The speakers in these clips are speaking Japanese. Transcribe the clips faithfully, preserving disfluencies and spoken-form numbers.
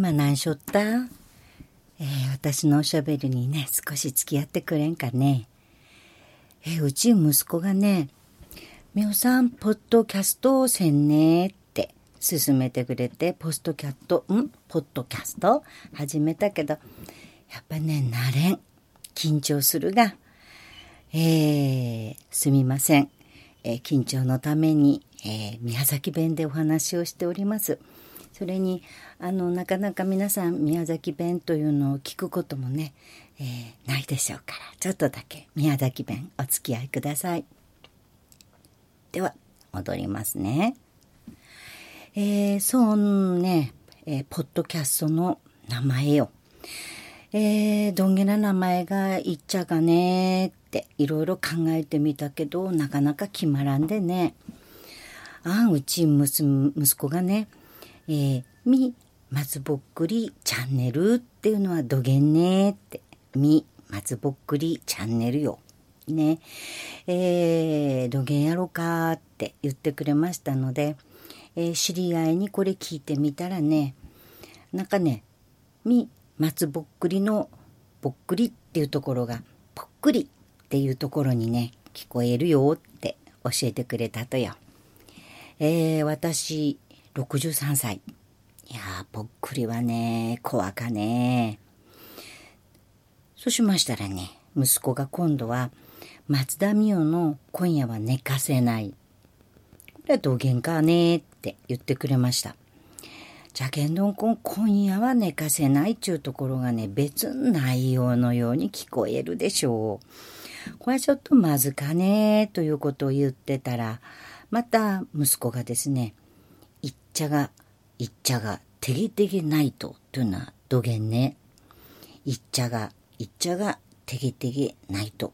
は何しょった、えー、私のおしゃべりにね少し付き合ってくれんかね。えー、うち息子がね、みおさんポッドキャストをせんねって勧めてくれて、ポストキャットんポッドキャスト始めたけど、やっぱね慣れん、緊張するが、えー、すみません、えー、緊張のために、えー、宮崎弁でお話をしております。それにあのなかなか皆さん宮崎弁というのを聞くこともね、えー、ないでしょうから、ちょっとだけ宮崎弁お付き合いください。では戻りますね。えー、そうね、えー、ポッドキャストの名前よ。えー、どんげな名前がいっちゃがねっていろいろ考えてみたけど、なかなか決まらんでね。あんうち息子がね、えー、み松ぼっくりチャンネルっていうのはどげんねって、み松ぼっくりチャンネルよね、えー、どげんやろかって言ってくれましたので、えー、知り合いにこれ聞いてみたらね、なんかね、み松ぼっくりのぼっくりっていうところがぽっくりっていうところにね聞こえるよって教えてくれたとよ。えー、私ろくじゅうさんさい。いやー、ぽっくりはね怖かね。そうしましたらね、息子が今度は松田美代の今夜は寝かせない、これはどげんかねって言ってくれました。じゃけんどんこん今夜は寝かせないっちゅうところがね別内容のように聞こえるでしょう。これはちょっとまずかねということを言ってたら、また息子がですね、いっちゃがいっちゃがてげてげないとというのはどげんね。いっちゃがいっちゃがてげてげないと、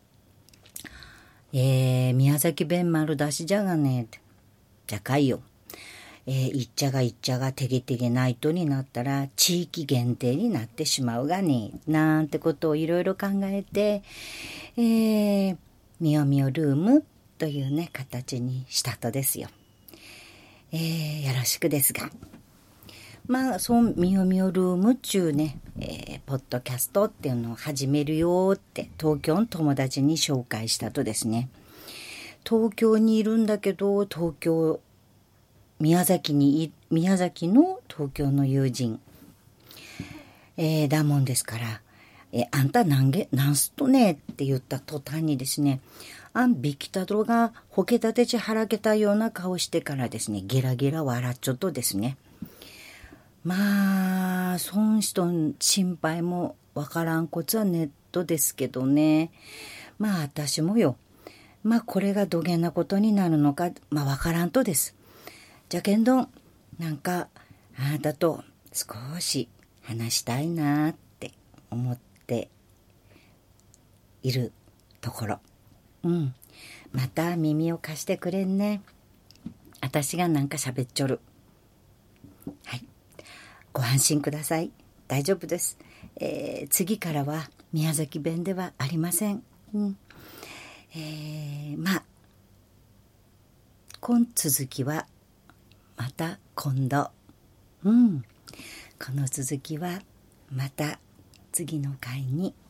えー、宮崎弁丸出しじゃがねじゃかいよ。えー、いっちゃがいっちゃがてげてげないとになったら地域限定になってしまうがね、なんてことをいろいろ考えて、えー、みよみよルームというね形にしたとですよ。えー、よろしくですが、まあそうみよみよルームっちゅうね、えー、ポッドキャストっていうのを始めるよって東京の友達に紹介したとですね、東京にいるんだけど東京宮崎に宮崎の東京の友人、えー、だもんですから、えー、あんたなんげなんすとねって言った途端にですね、あんびきたどがほけたてちはらけたような顔してからですね、ゲラゲラ笑っちょっとですね、まあそん人の心配もわからんこつはネットですけどね、まあ私もよ、まあこれがどげんなことになるのかまあわからんとです。じゃけんどんなんかあなたと少し話したいなって思っているところ、うん、また耳を貸してくれんね。私がなんか喋っちょる。はい、ご安心ください。大丈夫です。えー、次からは宮崎弁ではありません。うん、えー、まあ今続きはまた今度、うん、この続きはまた次の回に